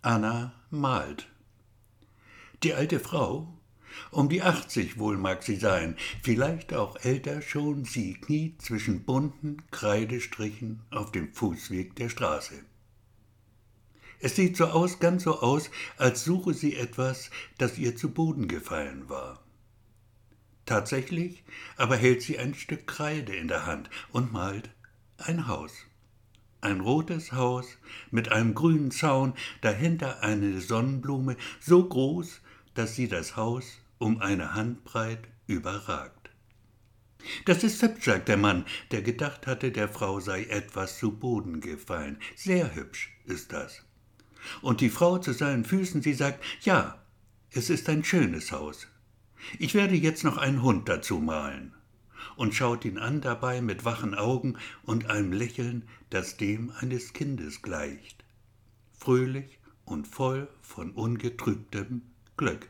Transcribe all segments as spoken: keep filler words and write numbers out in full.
Anna malt. Die alte Frau, um die achtzig wohl mag sie sein, vielleicht auch älter schon, sie kniet zwischen bunten Kreidestrichen auf dem Fußweg der Straße. Es sieht so aus, ganz so aus, als suche sie etwas, das ihr zu Boden gefallen war. Tatsächlich aber hält sie ein Stück Kreide in der Hand und malt ein Haus. Ein rotes Haus mit einem grünen Zaun, dahinter eine Sonnenblume, so groß, dass sie das Haus um eine Handbreit überragt. Das ist hübsch, sagt der Mann, der gedacht hatte, der Frau sei etwas zu Boden gefallen. Sehr hübsch ist das. Und die Frau zu seinen Füßen, sie sagt, ja, es ist ein schönes Haus. Ich werde jetzt noch einen Hund dazu malen. Und schaut ihn an dabei mit wachen Augen und einem Lächeln, das dem eines Kindes gleicht. Fröhlich und voll von ungetrübtem Glück.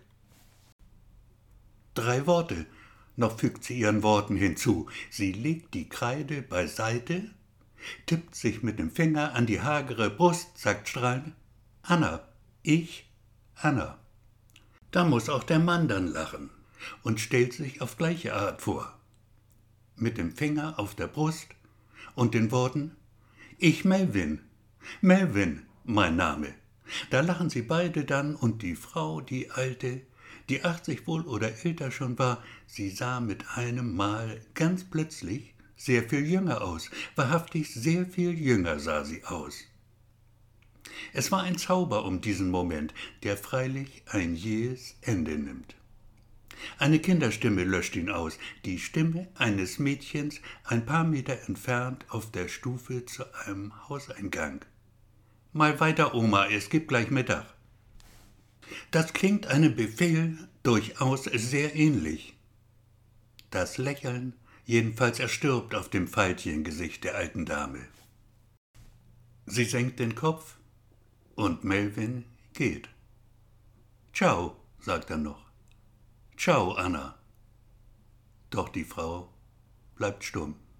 Drei Worte, noch fügt sie ihren Worten hinzu. Sie legt die Kreide beiseite, tippt sich mit dem Finger an die hagere Brust, sagt strahlend, Anna, ich, Anna. Da muss auch der Mann dann lachen und stellt sich auf gleiche Art vor. Mit dem Finger auf der Brust und den Worten, ich Melvin, Melvin, mein Name. Da lachen sie beide dann und die Frau, die alte, die achtzig wohl oder älter schon war, sie sah mit einem Mal ganz plötzlich sehr viel jünger aus, wahrhaftig sehr viel jünger sah sie aus. Es war ein Zauber um diesen Moment, der freilich ein jähes Ende nimmt. Eine Kinderstimme löscht ihn aus, die Stimme eines Mädchens ein paar Meter entfernt auf der Stufe zu einem Hauseingang. Mal weiter, Oma, es gibt gleich Mittag. Das klingt einem Befehl durchaus sehr ähnlich. Das Lächeln jedenfalls erstirbt auf dem Veilchengesicht der alten Dame. Sie senkt den Kopf und Melvin geht. Ciao, sagt er noch. Ciao, Anna. Doch die Frau bleibt stumm.